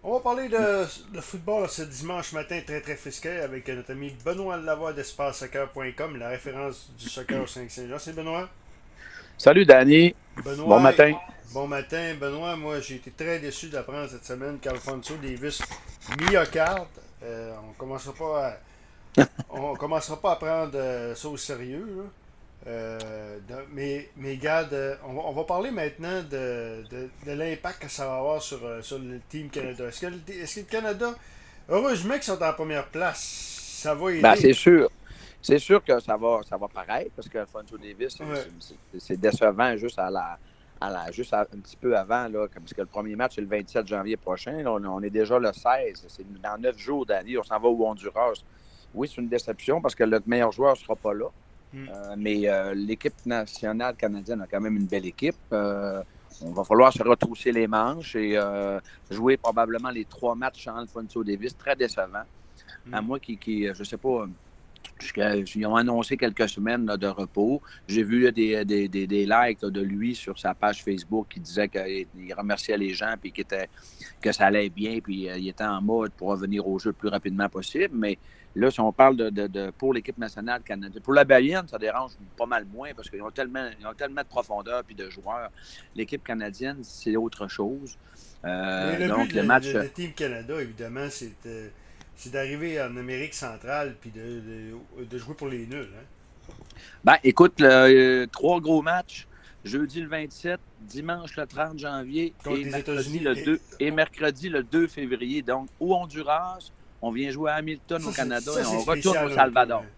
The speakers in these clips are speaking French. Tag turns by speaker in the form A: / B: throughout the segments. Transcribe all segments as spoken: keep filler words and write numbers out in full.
A: On va parler de, de football ce dimanche matin très très frisquet avec notre ami Benoît Lavoie d'espace soccer point com, la référence du soccer au Saint-Saint-Jean. C'est Benoît.
B: Salut Danny, bon
A: Benoît,
B: matin.
A: bon matin. Benoît, moi j'ai été très déçu d'apprendre cette semaine qu'Alfonso Davis myocarde. Euh, on commencera pas à, on commencera pas à prendre euh, ça au sérieux, là. Euh, de- mais, mais gars, de- on, va, on va parler maintenant de, de, de l'impact que ça va avoir sur, euh, sur le Team Canada. Est-ce que, le, est-ce que le Canada, heureusement qu'ils sont en première place, ça va
B: Ben,
A: aider.
B: c'est sûr. C'est sûr que ça va, ça va paraître parce que Alfonso Davis, c'est,
A: Ouais.
B: c'est- c'est décevant juste à la, à la juste à- un petit peu avant, là, parce que le premier match, c'est le vingt-sept janvier prochain. Là, on, on est déjà le seize. C'est dans neuf jours, Danny. On s'en va au Honduras. Oui, c'est une déception parce que notre meilleur joueur ne sera pas là.
A: Hmm.
B: Euh, mais euh, l'équipe nationale canadienne a quand même une belle équipe. Euh, on va falloir se retrousser les manches et euh, jouer probablement les trois matchs sans Alfonso Davis. Très décevant. À
A: Hmm.
B: moi qui, qui je sais pas, ils ont annoncé quelques semaines là, de repos. J'ai vu là, des, des, des, des likes là, de lui sur sa page Facebook qui disait qu'il remerciait les gens et était, que ça allait bien puis euh, il était en mode pour revenir au jeu le plus rapidement possible. Mais là, si on parle de, de, de pour l'équipe nationale canadienne, pour la Bayenne, ça dérange pas mal moins parce qu'ils ont tellement, ils ont tellement de profondeur et de joueurs. L'équipe canadienne, c'est autre chose.
A: Mais
B: Euh,
A: le but
B: donc,
A: de,
B: le
A: de,
B: match.
A: de Team Canada, évidemment, c'est euh, c'est d'arriver en Amérique centrale puis de, de, de jouer pour les nuls. Hein.
B: Ben, écoute, le, euh, trois gros matchs. Jeudi le vingt-sept, dimanche le trente janvier
A: Contre
B: et
A: les
B: mercredi
A: États-Unis.
B: le
A: Et,
B: deux et mercredi le deux février. Donc, au Honduras, on vient jouer à Hamilton
A: ça,
B: au
A: c'est,
B: Canada
A: ça,
B: et
A: c'est
B: on retourne au
A: spécial un peu. Hein.
B: Salvador.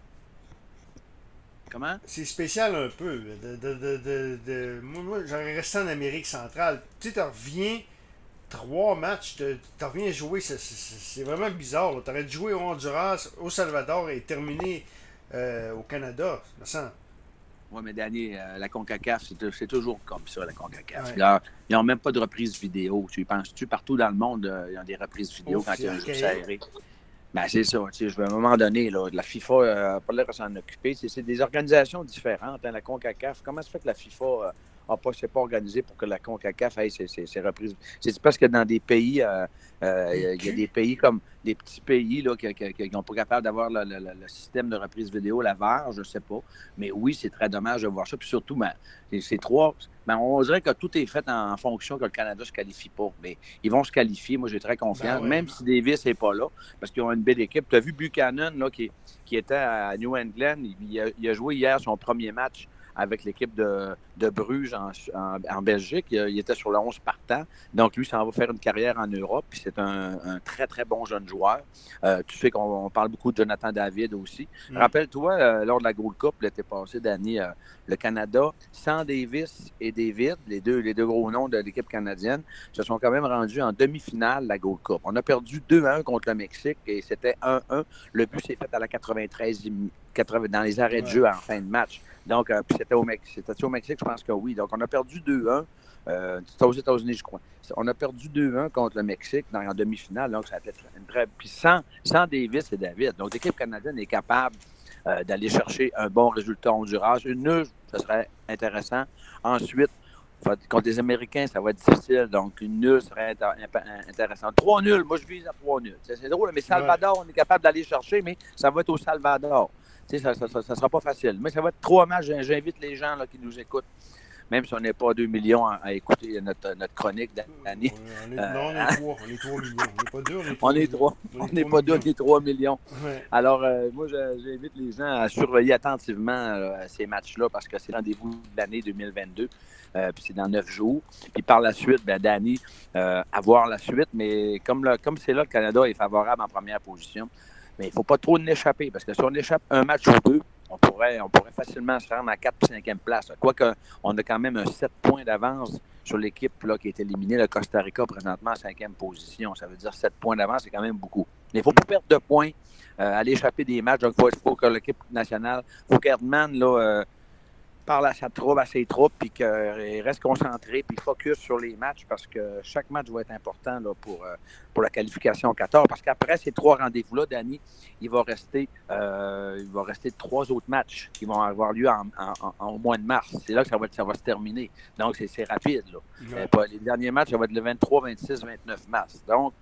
B: Comment?
A: C'est spécial un peu. De, de, de, de, de- Moi, moi j'aurais resté en Amérique centrale. Tu sais, tu reviens trois matchs, tu reviens jouer. C'est, c'est, c'est vraiment bizarre. Tu aurais dû jouer au Honduras, au Salvador et terminer euh, au Canada, me semble.
B: Oui, mais Danny, euh, la CONCACAF, c'est, c'est toujours comme ça, la CONCACAF.
A: Ouais.
B: Là, ils n'ont même pas de reprise vidéo. Tu y penses-tu? Partout dans le monde, euh, ils ont des reprises vidéo
A: Ouf,
B: quand il
A: c'est
B: y a un jeu
A: archaïque.
B: serré. Ben, c'est ça. Tu sais, je veux, à un moment donné, là, la FIFA n'a euh, pas l'air de s'en occuper. C'est, c'est des organisations différentes. Hein, la CONCACAF, comment ça fait que la FIFA euh, a pas, s'est pas organisée pour que la CONCACAF ait ses, ses, ses reprises? C'est parce que dans des pays, euh,
A: Des
B: euh, il y a
A: culs.
B: des pays comme des petits pays là, qui n'ont pas capable d'avoir le, le, le, système de reprise vidéo, la V A R, je ne sais pas. Mais oui, c'est très dommage de voir ça. Puis surtout, ben, c'est trois. Ben, on dirait que tout est fait en, en fonction que le Canada ne se qualifie pas. Mais ils vont se qualifier. Moi, j'ai très
A: Ben
B: confiance.
A: ouais.
B: Même si Davis n'est pas là, parce qu'ils ont une belle équipe. Tu as vu Buchanan, là, qui, qui était à New England. Il, il, a, il, a, joué hier son premier match avec l'équipe de, de Bruges en, en, en Belgique. Il, il, était sur le onze partant. Donc, lui, ça va faire une carrière en Europe. Puis c'est un, un, très, très bon jeune joueur. Euh, tu sais qu'on parle beaucoup de Jonathan David aussi.
A: Mm.
B: Rappelle-toi, euh, lors de la Gold Cup, l'été passé, Danny, euh, le Canada, sans Davis et David, les deux, les deux gros noms de l'équipe canadienne, se sont quand même rendus en demi-finale de la Gold Cup. On a perdu deux à un contre le Mexique et c'était un un. Le but s'est fait à la quatre-vingt-treizième, quatre-vingts, dans les arrêts de
A: Ouais.
B: jeu en fin de match. Donc, euh, c'était au Mexique. C'était au Mexique, je pense que oui. Donc, on a perdu deux un. Euh, c'était aux États-Unis, je crois. On a perdu deux un contre le Mexique dans, en demi-finale. Donc, ça a été une très. Puis sans, sans Davis et David. Donc, l'équipe canadienne est capable euh, d'aller chercher un bon résultat en Honduras. Une nulle, ce serait intéressant. Ensuite, contre les Américains, ça va être difficile. Donc, une nulle serait intéressante. Trois nuls, moi, je vise à trois nuls. C'est, c'est drôle, mais Salvador, ouais. On est capable d'aller chercher, mais ça va être au Salvador. Tu sais, ça ne sera pas facile. Mais ça va être trois matchs. J'invite les gens là, qui nous écoutent, même si on n'est pas deux millions à, à écouter notre, notre chronique d'année.
A: On est, euh, non, on est trois. On est trois millions. On n'est pas deux, on est trois.
B: On est trois. On n'est pas deux, on est trois millions.
A: Ouais.
B: Alors, euh, moi, j'invite les gens à surveiller attentivement euh, ces matchs-là parce que c'est le rendez-vous de l'année deux mille vingt-deux. Euh, puis c'est dans neuf jours. Puis par la suite, ben, Danny, euh, à voir la suite. Mais comme, le, comme c'est là, le Canada est favorable en première position, mais il ne faut pas trop l'échapper parce que si on échappe un match ou deux, on pourrait, on pourrait facilement se rendre à quatre ou cinquième place. Quoique, on a quand même un sept points d'avance sur l'équipe là, qui est éliminée. Le Costa Rica, présentement, en cinquième position. Ça veut dire sept points d'avance, c'est quand même beaucoup. Mais il ne faut pas perdre de points, euh, aller échapper des matchs. Donc, il faut, faut que l'équipe nationale, il faut qu'Herdman là, euh, parle à sa troupe, à ses troupes, puis qu'il reste concentré, puis focus sur les matchs, parce que chaque match va être important là, pour, euh, pour la qualification au quatorze. Parce qu'après ces trois rendez-vous-là, Danny, il va rester euh, il va rester trois autres matchs qui vont avoir lieu en, en, en, au mois de mars. C'est là que ça va, ça va se terminer. Donc, c'est, c'est rapide. Là. Ouais. Euh, les derniers matchs, ça va être le vingt-trois, vingt-six, vingt-neuf mars. Donc,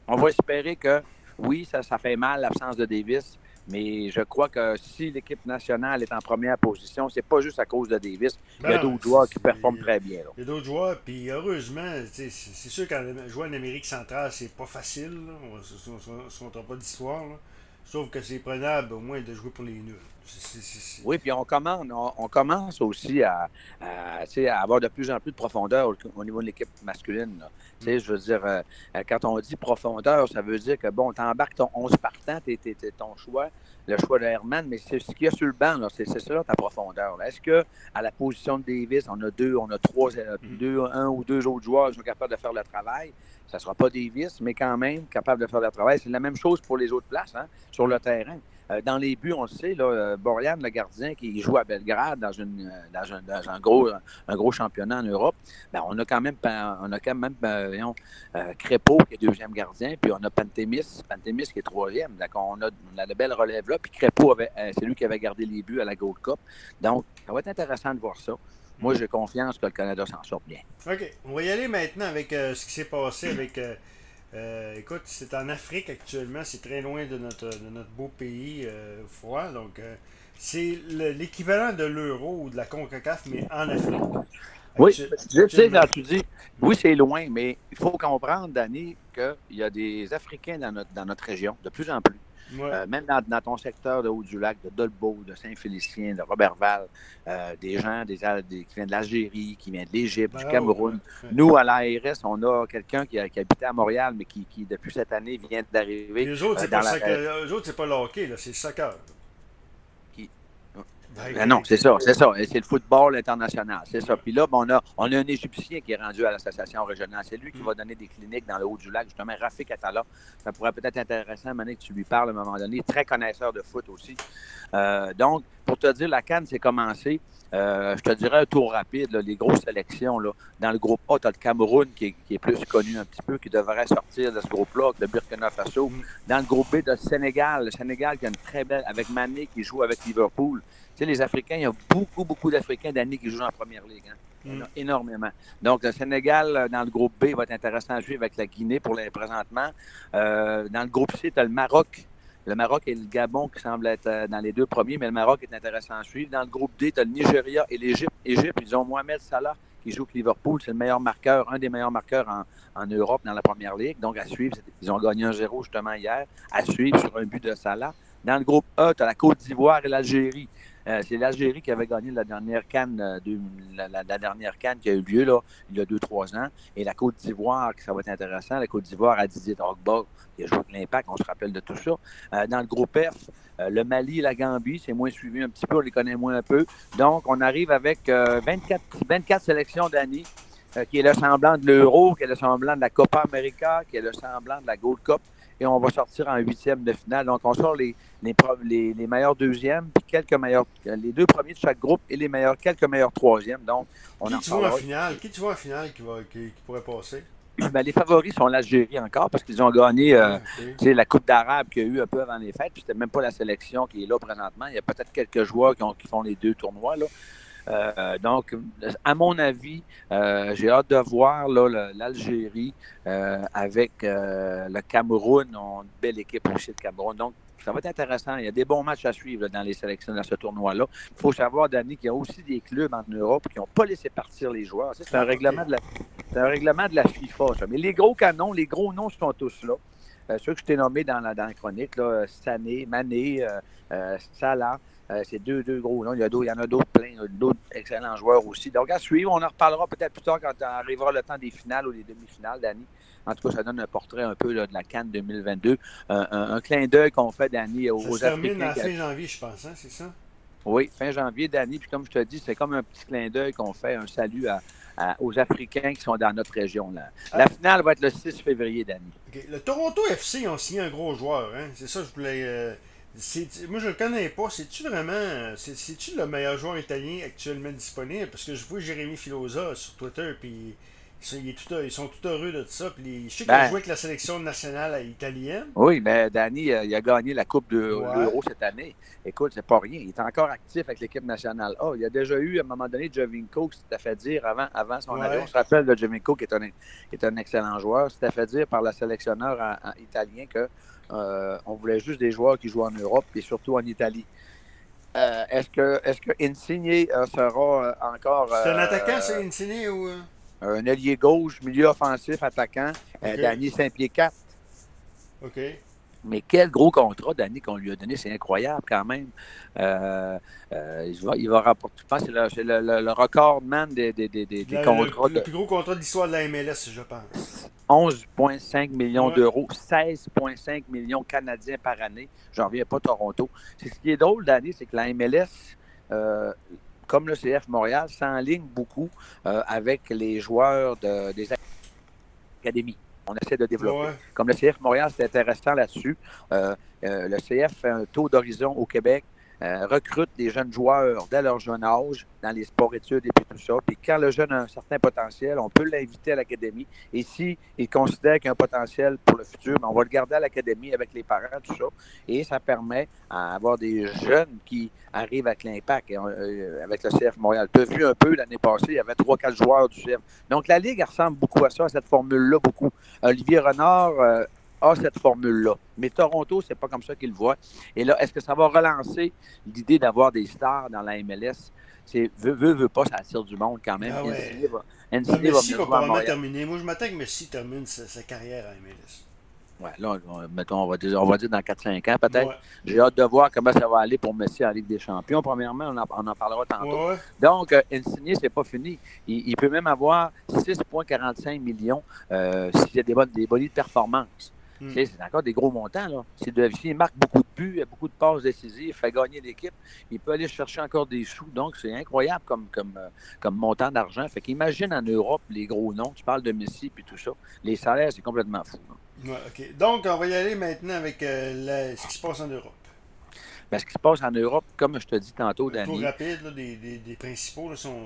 B: on va espérer que, oui, ça, ça fait mal l'absence de Davis, mais je crois que si l'équipe nationale est en première position, c'est pas juste à cause de Davis. Il y a
A: Ben non,
B: d'autres joueurs qui performent
A: il
B: très bien. Là.
A: y a d'autres joueurs, puis heureusement, c'est sûr qu'en jouer en Amérique centrale, c'est pas facile. Là. On ne se comptera pas d'histoire. Sauf que c'est prenable au moins de jouer pour les nuls. C'est, c'est, c'est...
B: Oui, puis on commence, on, on commence aussi à, à, à avoir de plus en plus de profondeur au, au niveau de l'équipe masculine. Là. Mm. Je veux dire, euh, quand on dit profondeur, ça veut dire que, bon, t'embarques ton onze partant, t'es, t'es, t'es ton choix, le choix de Herman, mais c'est ce qu'il y a sur le banc, là, c'est, c'est ça ta profondeur. Là. Est-ce que à la position de Davis, on a deux, on a trois, euh, mm. deux, un ou deux autres joueurs qui sont capables de faire le travail? Ça ne sera pas Davis, mais quand même capable de faire le travail. C'est la même chose pour les autres places, hein, sur le terrain. Euh, dans les buts, on le sait, là, Borjan, le gardien, qui joue à Belgrade dans, une, dans, un, dans un, gros, un gros championnat en Europe, ben, on a quand même, on a quand même euh, voyons, euh, Crépeau qui est deuxième gardien, puis on a Pantémis, Pantémis qui est troisième. Donc, on a, on a de belles relèves là. Puis Crépeau, avait, euh, c'est lui qui avait gardé les buts à la Gold Cup. Donc, ça va être intéressant de voir ça. Moi, j'ai confiance que le Canada s'en sort bien.
A: OK. On va y aller maintenant avec euh, ce qui s'est passé avec... Euh... Euh, écoute, c'est en Afrique actuellement, c'est très loin de notre, de notre beau pays euh, froid, donc euh, c'est le, l'équivalent de l'euro ou de la CONCACAF, mais en Afrique.
B: Oui, je sais, quand tu dis, oui, c'est loin, mais il faut comprendre, Danny, qu'il y a des Africains dans notre, dans notre région, de plus en plus. Ouais. Euh, même dans, dans ton secteur de Haut-du-Lac, de Dolbeau, de Saint-Félicien, de Robertval, euh, des gens des, des, qui viennent de l'Algérie, qui viennent de l'Égypte, ben du Cameroun. Ouais, ouais. Nous, à l'A R S, on a quelqu'un qui, a, qui habitait à Montréal, mais qui, qui depuis cette année, vient d'arriver.
A: Les autres, c'est
B: euh,
A: pas, la... la... pas le hockey, là, c'est le soccer.
B: Qui... Ben non, c'est ça, c'est ça. C'est le football international, c'est ça. Puis là, ben, on, a, on a un Égyptien qui est rendu à l'association régionale. C'est lui qui va donner des cliniques dans le Haut-du-Lac, justement, Rafik Atala. Ça pourrait peut-être être intéressant, maintenant que tu lui parles à un moment donné. Très connaisseur de foot aussi. Euh, donc, pour te dire, la CAN, c'est commencé. Euh, je te dirais un tour rapide, là, les grosses sélections. Là. Dans le groupe A, tu as le Cameroun qui est, qui est plus connu un petit peu, qui devrait sortir de ce groupe-là, le Burkina Faso. Dans le groupe B, tu as le Sénégal. Le Sénégal qui a une très belle, avec Mané qui joue avec Liverpool. Tu sais, les Africains, il y a beaucoup, beaucoup d'Africains d'années qui jouent en première ligue. Hein. Il y en a énormément. Donc, le Sénégal, dans le groupe B, va être intéressant à suivre avec la Guinée pour les présentement. Euh, dans le groupe C, tu as le Maroc. Le Maroc et le Gabon qui semblent être dans les deux premiers, mais le Maroc est intéressant à suivre. Dans le groupe D, tu as le Nigeria et l'Égypte. Égypte, ils ont Mohamed Salah qui joue avec Liverpool. C'est le meilleur marqueur, un des meilleurs marqueurs en, en Europe dans la première ligue. Donc, à suivre. Ils ont gagné un zéro justement hier. À suivre sur un but de Salah. Dans le groupe A, tu as la Côte d'Ivoire et l'Algérie. Euh, c'est l'Algérie qui avait gagné la dernière CAN, euh, de, la, la, la dernière CAN qui a eu lieu là, il y a deux trois ans. Et la Côte d'Ivoire, ça va être intéressant. La Côte d'Ivoire a Didier Drogba, qui a joué avec l'Impact, on se rappelle de tout ça. Euh, dans le groupe F, euh, le Mali et la Gambie, c'est moins suivi un petit peu, on les connaît moins un peu. Donc, on arrive avec euh, vingt-quatre, vingt-quatre sélections d'années, euh, qui est le semblant de l'Euro, qui est le semblant de la Copa América, qui est le semblant de la Gold Cup. Et on va sortir en huitième de finale. Donc, on sort les, les, les, les meilleurs deuxièmes, puis quelques meilleurs, les deux premiers de chaque groupe et les meilleurs, quelques meilleurs troisièmes. Donc, on
A: qui
B: en
A: tu vois en finale? Qui tu vois en finale qui, va, qui, qui pourrait passer?
B: Ben, les favoris sont l'Algérie encore parce qu'ils ont gagné euh, okay. la Coupe d'Arabe qu'il y a eu un peu avant les fêtes. Puis c'était même pas la sélection qui est là présentement. Il y a peut-être quelques joueurs qui, ont, qui font les deux tournois, là. Euh, donc, à mon avis, euh, j'ai hâte de voir là, l'Algérie euh, avec euh, le Cameroun. On a une belle équipe aussi de Cameroun. Donc, ça va être intéressant. Il y a des bons matchs à suivre là, dans les sélections dans ce tournoi-là. Il faut savoir, Danny, qu'il y a aussi des clubs en Europe qui n'ont pas laissé partir les joueurs. C'est un, règlement de la, c'est un règlement de la FIFA. Ça. Mais les gros canons, les gros noms sont tous là. Euh, ceux que je t'ai nommés dans la, dans la chronique, là, Sané, Mané, euh, euh, Salah. Euh, c'est deux, deux gros noms. Il y, a il y en a d'autres plein, d'autres excellents joueurs aussi. Donc, à suivre, on en reparlera peut-être plus tard quand arrivera le temps des finales ou des demi-finales, Danny. En tout cas, ça donne un portrait un peu là, de la CAN deux mille vingt-deux. Euh, un, un clin d'œil qu'on fait, Danny, aux,
A: ça
B: aux
A: se termine
B: Africains.
A: à fin janvier, je pense, hein, c'est ça?
B: Oui, fin janvier, Danny. Puis comme je te dis, c'est comme un petit clin d'œil qu'on fait, un salut à, à, aux Africains qui sont dans notre région. Là. La ah. finale va être le six février, Danny.
A: Okay. Le Toronto F C ont signé un gros joueur. Hein? C'est ça que je voulais... Euh... C'est, moi, je le connais pas. C'est-tu vraiment. C'est, c'est-tu le meilleur joueur italien actuellement disponible? Parce que je vois Jérémy Filosa sur Twitter, puis Ça, il est tout, ils sont tout heureux de ça. Puis les- je sais qu'il a
B: Ben,
A: joué avec la sélection nationale italienne.
B: oui, mais Danny, euh, il a gagné la Coupe de
A: Ouais.
B: l'Euro cette année. Écoute, c'est pas rien. Il est encore actif avec l'équipe nationale A. Il y a déjà eu, à un moment donné, Jovinko qui s'était fait dire avant, avant son arrivée. On
A: Ouais.
B: se rappelle de Jovinko qui est un, qui est un excellent joueur. S'était fait dire par le sélectionneur en, en italien que euh, on voulait juste des joueurs qui jouent en Europe et surtout en Italie. Euh, est-ce que, est-ce que Insigne euh, sera euh, encore
A: C'est un attaquant, ça,
B: euh,
A: Insigne, ou. euh?
B: un ailier gauche, milieu offensif, attaquant? Euh,
A: OK.
B: Danny Saint-Pierre quatre.
A: OK.
B: Mais quel gros contrat, Danny, qu'on lui a donné. C'est incroyable quand même. Euh, euh, il, va, il va rapporter, je pense que c'est le, c'est le, le, le record man des, des, des, des, des
A: Le, le-
B: contrats
A: le
B: de
A: plus gros contrat de l'histoire de la M L S, je pense.
B: onze virgule cinq millions
A: Ouais.
B: d'euros, seize virgule cinq millions canadiens par année. Je n'en reviens pas Toronto. C'est ce qui est drôle, Danny, c'est que la M L S, euh, comme le C F Montréal, s'enligne beaucoup euh, avec les joueurs de, des académies. On essaie de développer.
A: Ouais.
B: Comme le C F Montréal, c'est intéressant là-dessus. Euh, euh, le C F fait un taux d'horizon au Québec, euh, recrute des jeunes joueurs dès leur jeune âge, dans les sports-études et puis tout ça. Puis quand le jeune a un certain potentiel, on peut l'inviter à l'académie. Et s'il considère qu'il y a un potentiel pour le futur, ben, on va le garder à l'académie avec les parents, tout ça. Et ça permet d'avoir des jeunes qui arrivent avec l'impact, euh, avec le C F Montréal. Tu as vu un peu l'année passée, il y avait trois quatre joueurs du C F. Donc la Ligue ressemble beaucoup à ça, à cette formule-là, beaucoup. Olivier Renard euh, a cette formule-là. Mais Toronto, c'est pas comme ça qu'il le voit. Et là, est-ce que ça va relancer l'idée d'avoir des stars dans la M L S? C'est veut, veut, veut pas, ça attire du monde quand même.
A: Ah
B: N C A A
A: ouais.
B: va,
A: Ben,
B: N C A A va
A: Messi
B: venir
A: va
B: jouer à
A: probablement
B: Montréal.
A: terminer. Moi, je m'attends que Messi termine sa, sa carrière à M L S.
B: Ouais, là, on, mettons, on va dire, on va dire dans quatre cinq ans peut-être.
A: Ouais.
B: J'ai hâte de voir comment ça va aller pour Messi en Ligue des Champions. Premièrement, on en, on en parlera tantôt.
A: Ouais.
B: Donc, euh, Insigne, c'est pas fini. Il, il peut même avoir six virgule quarante-cinq millions euh, s'il y a des bonnes, des bonnes performances.
A: Hmm.
B: C'est encore des gros montants. Là. S'il il marque beaucoup de buts, il a beaucoup de passes décisives, il fait gagner l'équipe, il peut aller chercher encore des sous. Donc, c'est incroyable comme, comme, euh, comme montant d'argent. Fait qu'imagine en Europe les gros noms. Tu parles de Messi puis tout ça. Les salaires, c'est complètement fou. Là.
A: Ouais, OK. Donc, on va y aller maintenant avec euh, la- ce qui se passe en Europe.
B: Ben, ce qui se passe en Europe, comme je te dis tantôt,
A: Un tour
B: Danny,
A: rapide là, des, des, des principaux là, sont.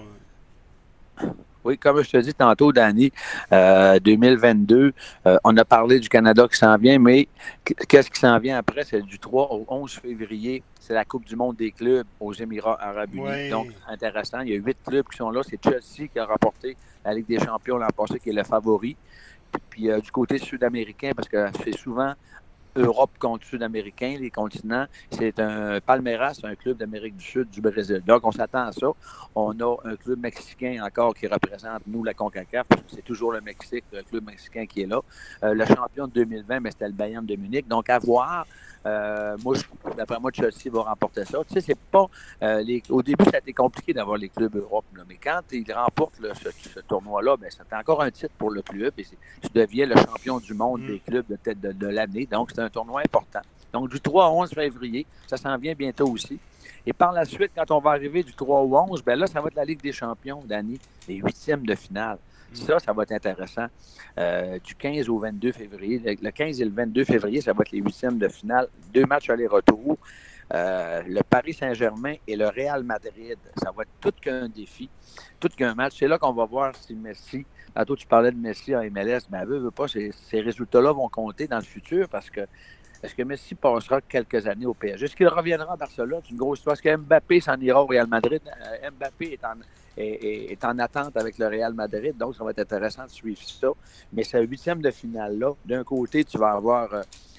B: oui, comme je te dis tantôt, Danny, euh, deux mille vingt-deux, euh, on a parlé du Canada qui s'en vient, mais qu'est-ce qui s'en vient après? C'est du trois au onze février. C'est la Coupe du monde des clubs aux Émirats arabes unis.
A: Ouais.
B: Donc, intéressant. Il y a huit clubs qui sont là. C'est Chelsea qui a remporté la Ligue des champions l'an passé, qui est le favori. Puis, euh, du côté sud-américain, parce que c'est souvent Europe contre Sud-Américain, les continents, c'est un Palmeiras, un club d'Amérique du Sud, du Brésil. Donc, on s'attend à ça. On a un club mexicain encore qui représente, nous, la CONCACAF, parce que c'est toujours le Mexique, le club mexicain qui est là. Euh, le champion de deux mille vingt, mais c'était le Bayern de Munich. Donc, à voir. Euh, moi, je, d'après moi, Chelsea va remporter ça. Tu sais, c'est pas. Euh, les, au début, ça a été compliqué d'avoir les clubs Europe, là, mais quand ils remportent là, ce, ce tournoi-là, ben, c'est encore un titre pour le club et tu deviens le champion du monde mm. des clubs de, de, de l'année. Donc, c'est un tournoi important. Donc, du trois au onze février, ça s'en vient bientôt aussi. Et par la suite, quand on va arriver du trois au onze, ben là, ça va être la Ligue des champions, Danny, les huitièmes de finale. Ça, ça va être intéressant. Euh, du quinze au vingt-deux février. Le quinze et le vingt-deux février, ça va être les huitièmes de finale. Deux matchs aller-retour. Euh, le Paris Saint-Germain et le Real Madrid. Ça va être tout qu'un défi, tout qu'un match. C'est là qu'on va voir si Messi, tantôt tu parlais de Messi en M L S, mais elle veut, veut pas, ces, ces résultats-là vont compter dans le futur parce que est-ce que Messi passera quelques années au P S G? Est-ce qu'il reviendra à Barcelone? C'est une grosse histoire. Est-ce que Mbappé s'en ira au Real Madrid? Euh, Mbappé est en, est, est, est en attente avec le Real Madrid, donc ça va être intéressant de suivre ça. Mais ce huitième de finale-là, d'un côté, tu vas avoir euh,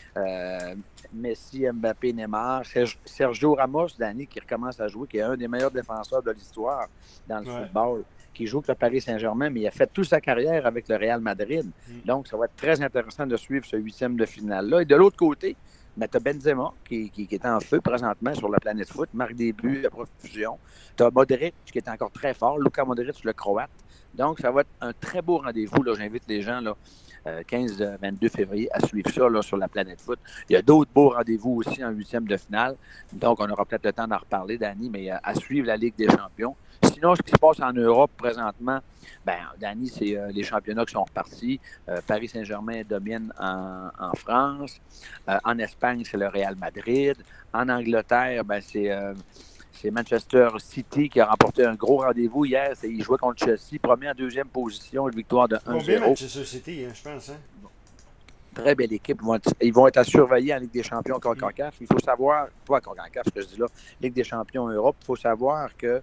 B: euh, Messi, Mbappé, Neymar, Serge, Sergio Ramos, Danny, qui recommence à jouer, qui est un des meilleurs défenseurs de l'histoire dans le ouais. football, qui joue avec le Paris Saint-Germain, mais il a fait toute sa carrière avec le Real Madrid. Mm. Donc, ça va être très intéressant de suivre ce huitième de finale-là. Et de l'autre côté, ben, tu as Benzema, qui, qui, qui est en feu présentement sur la planète foot, marque des buts à profusion. Tu as Modric, qui est encore très fort, Luka Modric, le Croate. Donc, ça va être un très beau rendez-vous. Là. J'invite les gens, là, quinze à vingt-deux février, à suivre ça là, sur la planète foot. Il y a d'autres beaux rendez-vous aussi en huitième de finale. Donc, on aura peut-être le temps d'en reparler, Danny, mais à, à suivre la Ligue des champions. Sinon, ce qui se passe en Europe présentement, ben, Danny, c'est euh, les championnats qui sont repartis. Euh, Paris Saint-Germain domine en, en France. Euh, en Espagne, c'est le Real Madrid. En Angleterre, ben, c'est, euh, c'est Manchester City qui a remporté un gros rendez-vous hier. C'est, ils jouaient contre Chelsea, premier en deuxième position, une victoire de un zéro.
A: Combien Manchester City, hein, je pense. Hein?
B: Très belle équipe. Ils vont, être, ils vont être à surveiller en Ligue des champions CONCACAF. Il faut savoir, pas CONCACAF, ce que je dis là, Ligue des champions en Europe, il faut savoir que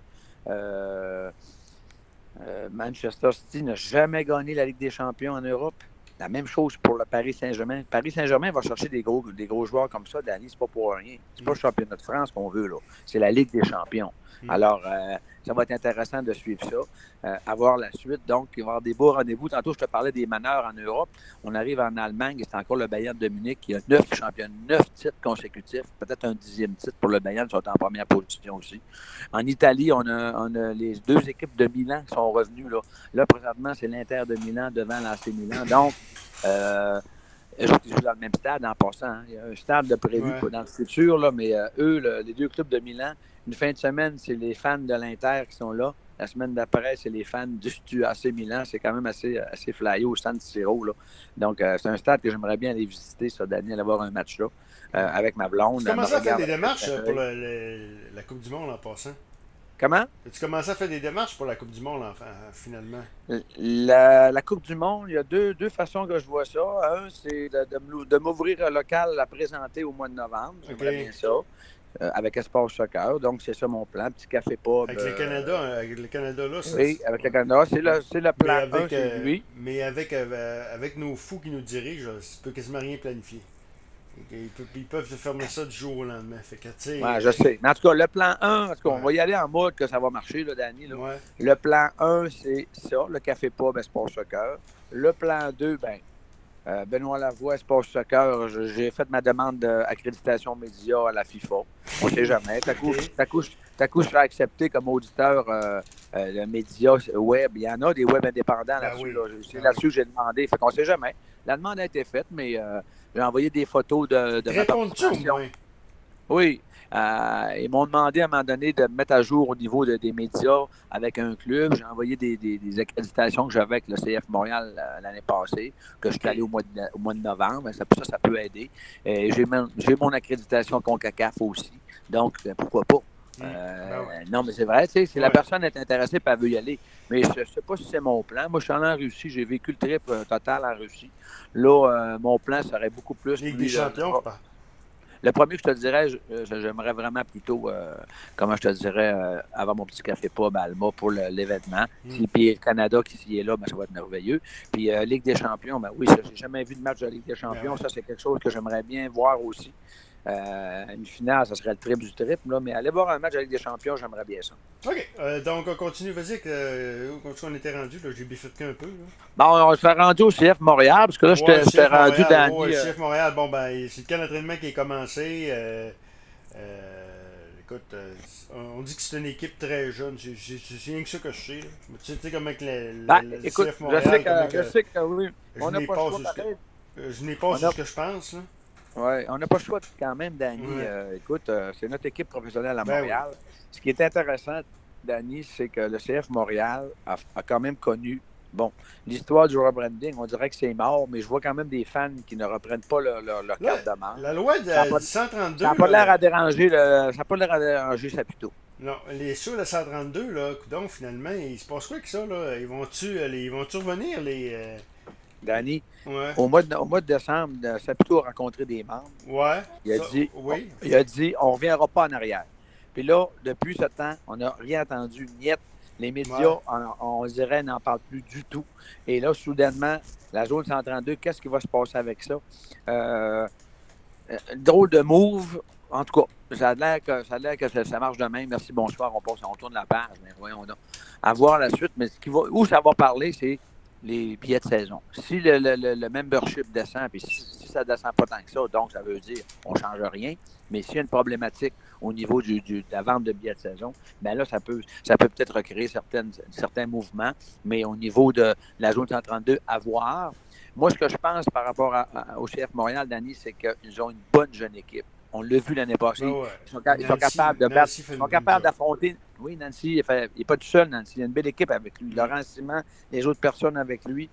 B: euh, euh, Manchester City n'a jamais gagné la Ligue des champions en Europe. La même chose pour le Paris Saint-Germain. Paris Saint-Germain va chercher des gros, des gros joueurs comme ça, Danny, c'est pas pour rien. C'est pas le championnat de France qu'on veut, là. C'est la Ligue des champions. Alors, euh, ça va être intéressant de suivre ça, euh, avoir la suite. Donc, il va y avoir des beaux rendez-vous. Tantôt, je te parlais des meneurs en Europe. On arrive en Allemagne et c'est encore le Bayern de Munich qui a neuf championnats, neuf titres consécutifs. Peut-être un dixième titre pour le Bayern, qui sont en première position aussi. En Italie, on a, on a les deux équipes de Milan qui sont revenues. Là, là présentement, c'est l'Inter de Milan devant l'A C Milan. Donc, euh, eux autres, ils jouent dans le même stade en passant. Hein. Il y a un stade de prévu ouais. dans le futur, là, mais euh, eux, le, les deux clubs de Milan, une fin de semaine, c'est les fans de l'Inter qui sont là. La semaine d'après, c'est les fans du, du A C Milan. C'est quand même assez, assez flyé au San Siro. Là. Donc, euh, c'est un stade que j'aimerais bien aller visiter, ça, Daniel, avoir un match là euh, avec ma blonde.
A: Tu commences à faire des démarches pour le, le, la Coupe du Monde en passant?
B: Comment?
A: Tu commences à faire des démarches pour la Coupe du Monde, enfin, finalement?
B: La, la Coupe du Monde, il y a deux, deux façons que je vois ça. Un, c'est de, de, de m'ouvrir un local à présenter au mois de novembre. J'aimerais okay. bien ça. Euh, avec Espace Soccer. Donc, c'est ça mon plan. Petit café pub.
A: Avec le Canada, euh, avec le Canada là. Ça,
B: oui, avec le Canada. C'est le, c'est le plan
A: mais avec,
B: un, c'est lui.
A: Euh, mais avec, euh, avec nos fous qui nous dirigent, tu peux quasiment rien planifier. Ils peuvent, ils peuvent te fermer ça du jour au lendemain. Fait que,
B: ouais, je sais. Mais en tout cas, le plan un, en tout cas, ouais. on va y aller en mode que ça va marcher, là, Danny. Là.
A: Ouais.
B: Le plan un, c'est ça, le café pub Espace Soccer. Le plan deux, ben, Euh, Benoît Lavoie, Espace Soccer, j'ai fait ma demande d'accréditation média à la FIFA. On ne sait jamais. T'as coup, t'as coup, t'as coup, je serai accepté comme auditeur euh, euh, le média web. Il y en a des web indépendants ah là-dessus. Oui. Là. C'est ah là-dessus oui. que j'ai demandé. Fait qu'on ne sait jamais. La demande a été faite, mais euh, j'ai envoyé des photos de, de ma participation. Oui. Euh, ils m'ont demandé à un moment donné de me mettre à jour au niveau de, des médias avec un club. J'ai envoyé des, des, des accréditations que j'avais avec le C F Montréal euh, l'année passée, que je suis allé au mois de, au mois de novembre. Ça, ça, ça peut aider. Et j'ai, mon, j'ai mon accréditation CONCACAF aussi. Donc, pourquoi pas? Euh, ben ouais. Non, mais c'est vrai, tu sais, si ouais. la personne est intéressée, elle veut y aller. Mais je ne sais pas si c'est mon plan. Moi, je suis allé en Russie, j'ai vécu le trip euh, total en Russie. Là, euh, mon plan serait beaucoup plus...
A: Ligue des champions,
B: pas. Le premier que je te dirais, j'aimerais vraiment plutôt, euh, comment je te dirais, euh, avoir mon petit café pub à Alma pour le, l'événement. Mm. Puis le Canada qui s'y est là, ben, ça va être merveilleux. Puis euh, Ligue des champions, ben oui, j'ai jamais vu de match de Ligue des champions. Ben, ça, c'est quelque chose que j'aimerais bien voir aussi. Euh, une finale, ça serait le triple du triple, là, mais aller voir un match de Ligue des champions, j'aimerais bien ça.
A: OK. Euh, donc, on continue. Vas-y, euh, où on était rendu? Là, j'ai bifurqué un peu. Là.
B: Bon, on s'est rendu au C F Montréal, parce que là, ouais, j'étais rendu dans...
A: Ouais, le C F Montréal, bon, ben, c'est le camp d'entraînement qui est commencé. Euh, euh, écoute, euh, on dit que c'est une équipe très jeune. C'est, c'est, c'est rien que ça que je sais. Là. Tu sais, comme avec le,
B: ben,
A: le, le
B: écoute,
A: C F Montréal.
B: Je sais que,
A: que,
B: je sais que oui. On n'a pas
A: le choix. Je n'ai pas ce que je pense, là.
B: Oui, on n'a pas le choix quand même, Danny. Ouais. Euh, écoute, euh, c'est notre équipe professionnelle à Montréal. Ben oui. Ce qui est intéressant, Danny, c'est que le C F Montréal a, a quand même connu, bon, l'histoire du rebranding, on dirait que c'est mort, mais je vois quand même des fans qui ne reprennent pas leur, leur, leur carte de membre.
A: La loi de cent trente-deux...
B: Ça n'a pas l'air à déranger, le, ça n'a pas l'air à déranger Saputo.
A: Non, les sur le cent trente-deux, là, donc finalement, il se passe quoi avec ça, là? Ils vont-tu, ils vont-tu revenir, les... Euh...
B: Danny,
A: ouais.
B: au, mois de, au mois de décembre, Saputo a rencontré des membres.
A: Ouais.
B: Il a,
A: ça,
B: dit,
A: oui.
B: on, il a dit, on ne reviendra pas en arrière. Puis là, depuis ce temps, on n'a rien entendu, niet. Les médias, ouais. on, on dirait, n'en parlent plus du tout. Et là, soudainement, la zone cent trente-deux, qu'est-ce qui va se passer avec ça? Euh, drôle de move. En tout cas, ça a l'air que ça, a l'air que ça, ça marche de même. Merci, bonsoir, on passe, on tourne la page. Mais voyons donc. À voir la suite. Mais ce qui va, où ça va parler, c'est les billets de saison. Si le, le, le, le membership descend, puis si, si ça ne descend pas tant que ça, donc ça veut dire qu'on ne change rien. Mais s'il y a une problématique au niveau du, du, de la vente de billets de saison, bien là, ça peut, ça peut peut-être recréer certaines, certains mouvements. Mais au niveau de la zone cent trente-deux, à voir. Moi, ce que je pense par rapport à, à, au C F Montréal, Danny, c'est qu'ils ont une bonne jeune équipe. On l'a vu l'année passée. Oh ouais. Ils, sont, ils Nancy, sont capables de battre, ils sont capables d'affronter. Oui, Nancy, il n'est pas tout seul, Nancy. Il y a une belle équipe avec lui. Laurent Simon, les autres personnes avec lui.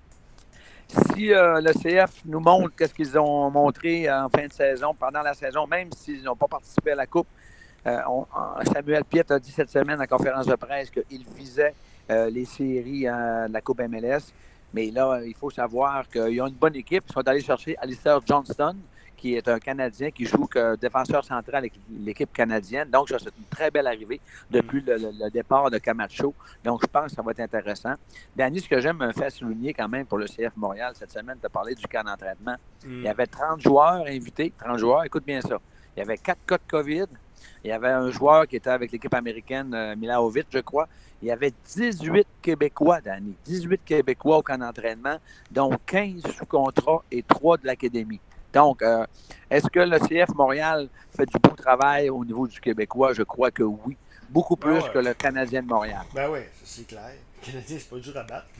B: Si euh, le C F nous montre qu'est-ce qu'ils ont montré en fin de saison, pendant la saison, même s'ils n'ont pas participé à la Coupe, Euh, on, Samuel Piette a dit cette semaine en conférence de presse qu'il visait euh, les séries euh, de la Coupe M L S. Mais là, il faut savoir qu'ils ont une bonne équipe. Ils sont allés chercher Alistair Johnston, qui est un Canadien qui joue que défenseur central avec l'équipe canadienne. Donc, ça, c'est une très belle arrivée depuis le, le, le départ de Camacho. Donc, je pense que ça va être intéressant. Danny, ce que j'aime me faire souligner quand même pour le C F Montréal cette semaine, tu as parlé du camp d'entraînement. Mm. Il y avait trente joueurs invités. trente joueurs, écoute bien ça. Il y avait quatre cas de COVID. Il y avait un joueur qui était avec l'équipe américaine, euh, Milaovic, je crois. Il y avait dix-huit Québécois, Danny. dix-huit Québécois au camp d'entraînement, dont quinze sous contrat et trois de l'académie. Donc, euh, est-ce que le C F Montréal fait du beau travail au niveau du Québécois? Je crois que oui. Beaucoup plus ben ouais. que le Canadien de Montréal.
A: Ben oui, c'est clair. Le Canadien, c'est pas dur à battre.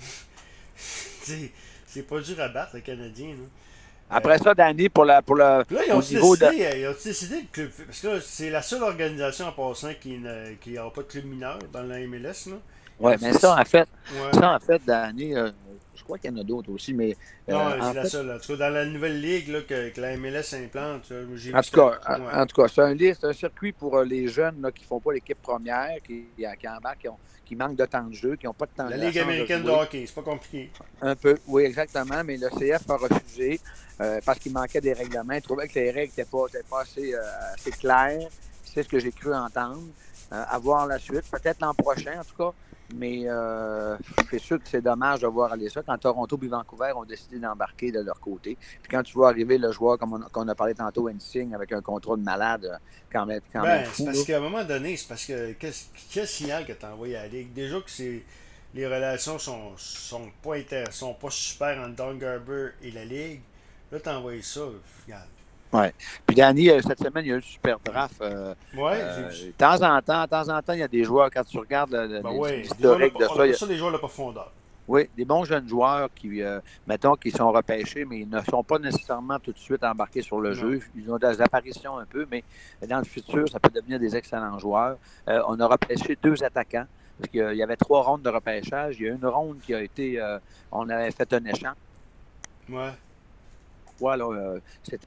A: c'est pas dur à battre, le Canadien. Là.
B: Après ça, Danny, pour, la, pour le
A: là, ils ont
B: au niveau
A: décidé,
B: de...
A: Ils ont décidé que parce que là, c'est la seule organisation en passant qui n'a pas de club mineur dans la M L S.
B: Oui, mais ça, en fait, ouais. ça, en fait, Danny, euh, je crois qu'il y en a d'autres aussi, mais...
A: Euh, non, c'est la fait... seule. En tout cas, dans la nouvelle ligue là, que, que la M L S implante, j'ai
B: en, tout cas, ouais. en tout cas, c'est un, c'est un circuit pour les jeunes là, qui ne font pas l'équipe première, qui, qui embarquent, qui, ont, qui manquent de temps de jeu, qui n'ont pas de temps
A: la
B: de
A: jeu. La Ligue américaine de, de hockey, c'est pas compliqué.
B: Un peu, oui, exactement, mais le C F a refusé euh, parce qu'il manquait des règlements. Il trouvait que les règles n'étaient pas, pas assez, euh, assez claires. C'est ce que j'ai cru entendre. Euh, à voir la suite, peut-être l'an prochain, en tout cas. Mais euh, c'est sûr que c'est dommage de voir aller ça quand Toronto et Vancouver ont décidé d'embarquer de leur côté. Puis quand tu vois arriver le joueur, comme on, qu'on a parlé tantôt, N-Sing, avec un contrat de malade, quand même, quand
A: ben,
B: même fou.
A: C'est parce qu'à un moment donné, c'est parce que quel signal que tu as envoyé à la Ligue? Déjà que c'est, les relations sont, sont, pas inter, sont pas super entre Don Garber et la Ligue. Là, tu as envoyé ça, regarde.
B: Oui. Puis, Danny, cette semaine, il y a eu le super draft. Euh,
A: oui.
B: Euh, de temps en temps, de temps en temps, il y a des joueurs, quand tu regardes le,
A: ben oui,
B: l'historique de ça.
A: On a ça des joueurs de profondeur.
B: Oui, des bons jeunes joueurs qui, euh, mettons, qui sont repêchés, mais ils ne sont pas nécessairement tout de suite embarqués sur le non. jeu. Ils ont des apparitions un peu, mais dans le futur, ça peut devenir des excellents joueurs. Euh, on a repêché deux attaquants, parce qu'il y avait trois rondes de repêchage. Il y a une ronde qui a été... Euh, on avait fait un échange.
A: Oui.
B: Pourquoi, là, euh, c'était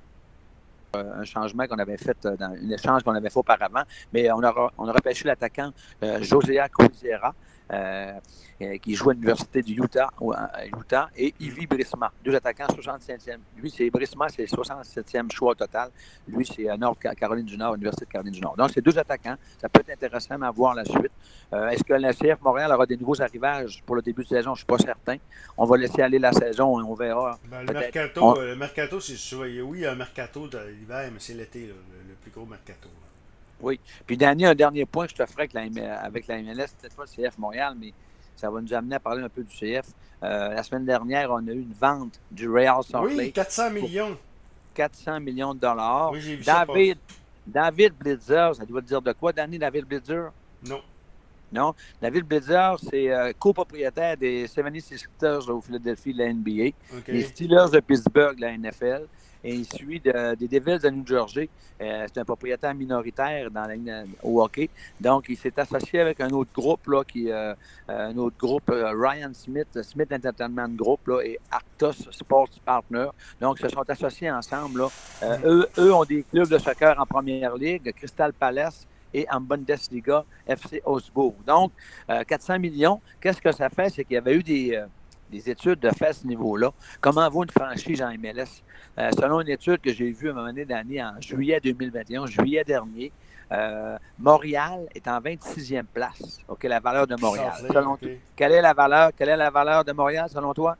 B: un changement qu'on avait fait dans un échange qu'on avait fait auparavant, mais on a, on a repêché l'attaquant euh, Josea Cousera, euh, qui joue à l'Université du Utah, Utah, et Ivy Brisma, deux attaquants soixante-septième. Lui, c'est Brisma, c'est soixante-septième choix au total. Lui, c'est à Nord Caroline du Nord, Université de Caroline du Nord. Donc, c'est deux attaquants. Ça peut être intéressant à voir la suite. Euh, est-ce que la C F Montréal aura des nouveaux arrivages pour le début de saison? Je ne suis pas certain. On va laisser aller la saison et on verra.
A: Ben, le, mercato, on... le mercato, c'est sûr. Oui, il y a un mercato de l'hiver, mais c'est l'été, là, le, le plus gros mercato. Là.
B: Oui. Puis, Danny, un dernier point que je te ferai avec la, avec la M L S, peut-être pas le C F Montréal, mais ça va nous amener à parler un peu du C F. Euh, la semaine dernière, on a eu une vente du Real Salt Lake.
A: Oui, quatre cents millions.
B: quatre cents millions de dollars.
A: Oui, j'ai vu
B: David,
A: ça
B: David Blitzer, ça doit te dire de quoi, Danny, David Blitzer?
A: Non.
B: Non. David Blitzer, c'est euh, copropriétaire des soixante-sixers au Philadelphie de la N B A, okay. Les Steelers de Pittsburgh de la N F L, et il suit de, des Devils de New Jersey. Euh, c'est un propriétaire minoritaire dans la, au hockey. Donc, il s'est associé avec un autre groupe, là, qui, euh, un autre groupe, euh, Ryan Smith, Smith Entertainment Group, là, et Arctos Sports Partner. Donc, ils se sont associés ensemble. Là. Euh, eux, eux ont des clubs de soccer en première ligue, Crystal Palace et en Bundesliga, F C Augsbourg. Donc, euh, quatre cents millions, qu'est-ce que ça fait? C'est qu'il y avait eu des, euh, des études de fait à ce niveau-là. Comment vaut une franchise en M L S? Euh, selon une étude que j'ai vue à un moment donné d'année en juillet deux mille vingt et un, juillet dernier, euh, Montréal est en vingt-sixième place. OK, la valeur de Montréal. Selon okay. Quelle est la valeur, quelle est la valeur de Montréal, selon toi?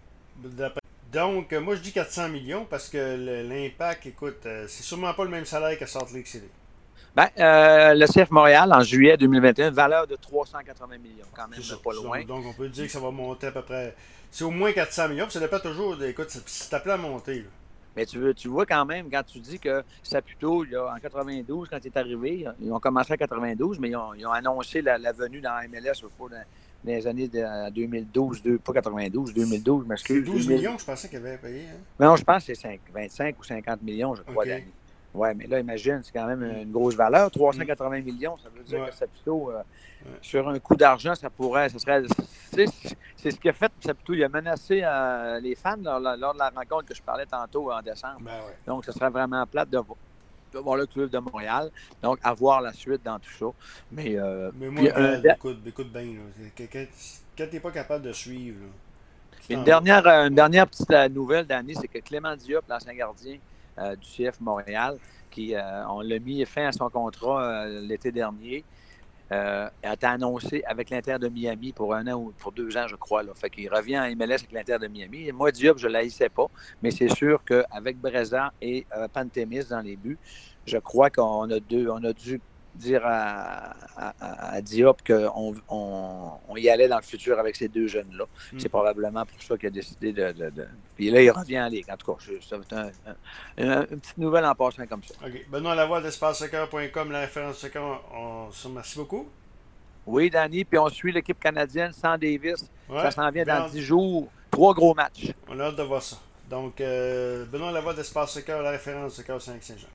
A: Donc, moi, je dis quatre cents millions parce que l'impact, écoute, euh, c'est sûrement pas le même salaire que Salt Lake City.
B: Ben, euh, le C F Montréal, en juillet deux mille vingt et un, valeur de trois cent quatre-vingts millions, quand même,
A: c'est
B: pas loin.
A: Donc, donc, on peut dire que ça va monter à peu près... C'est au moins quatre cents millions, puis ça dépend toujours... De, écoute, c'est appelé à monter, là.
B: Mais tu, veux, tu vois quand même, quand tu dis que Saputo, là, en quatre-vingt-douze, quand il est arrivé, ils ont commencé en quatre-vingt-douze, mais ils ont, ils ont annoncé la, la venue dans la M L S au cours dans les années de deux mille douze, deux, pas quatre-vingt-douze, deux mille douze, je m'excuse.
A: C'est douze millions, je pensais qu'il avait payé. Hein?
B: Mais non, je pense que c'est vingt-cinq ou cinquante millions, je crois,
A: okay.
B: d'années. Oui, mais là, imagine, c'est quand même une grosse valeur. trois cent quatre-vingts mm. millions, ça veut dire ouais. que Saputo, euh, ouais. sur un coup d'argent, ça pourrait, ça serait, c'est, c'est ce qu'il a fait, Saputo. Il a menacé euh, les fans lors, lors de la rencontre que je parlais tantôt en décembre.
A: Ben ouais.
B: Donc, ce serait vraiment plate de, voir le club de Montréal. Donc, à voir la suite dans tout ça. Mais, euh,
A: Mais moi,
B: puis,
A: regarde,
B: un,
A: écoute, écoute bien, là. Quand, quand, quand t'es pas capable de suivre, là, tu
B: une
A: t'en vas.
B: dernière, une dernière petite euh, nouvelle, Danny, c'est que Clément Diop, l'ancien gardien euh, du C F Montréal, qui euh, on l'a mis fin à son contrat euh, l'été dernier, euh, a été annoncé avec l'Inter de Miami pour un an ou pour deux ans, je crois. Là. Fait qu'il revient en M L S avec l'Inter de Miami. Et moi, Diop, je ne l'haïssais pas, mais c'est sûr qu'avec Breza et euh, Pantémis dans les buts, je crois qu'on a, deux, on a dû dire à, à, à Diop qu'on on, on y allait dans le futur avec ces deux jeunes-là. Mm. C'est probablement pour ça qu'il a décidé de, de, de... Puis là, il revient en Ligue. En tout cas, ça va être un, un, une petite nouvelle en passant comme ça.
A: OK. Benoît Lavoie d'espace soccer point com, la référence soccer, on se remercie beaucoup.
B: Oui, Danny, puis on suit l'équipe canadienne sans Davis.
A: Ouais,
B: ça s'en vient dans
A: hâte.
B: dix jours. Trois gros matchs.
A: On a hâte de voir ça. Donc, euh, Benoît Lavoie d'espace soccer, la référence soccer cinq Saint-Jean.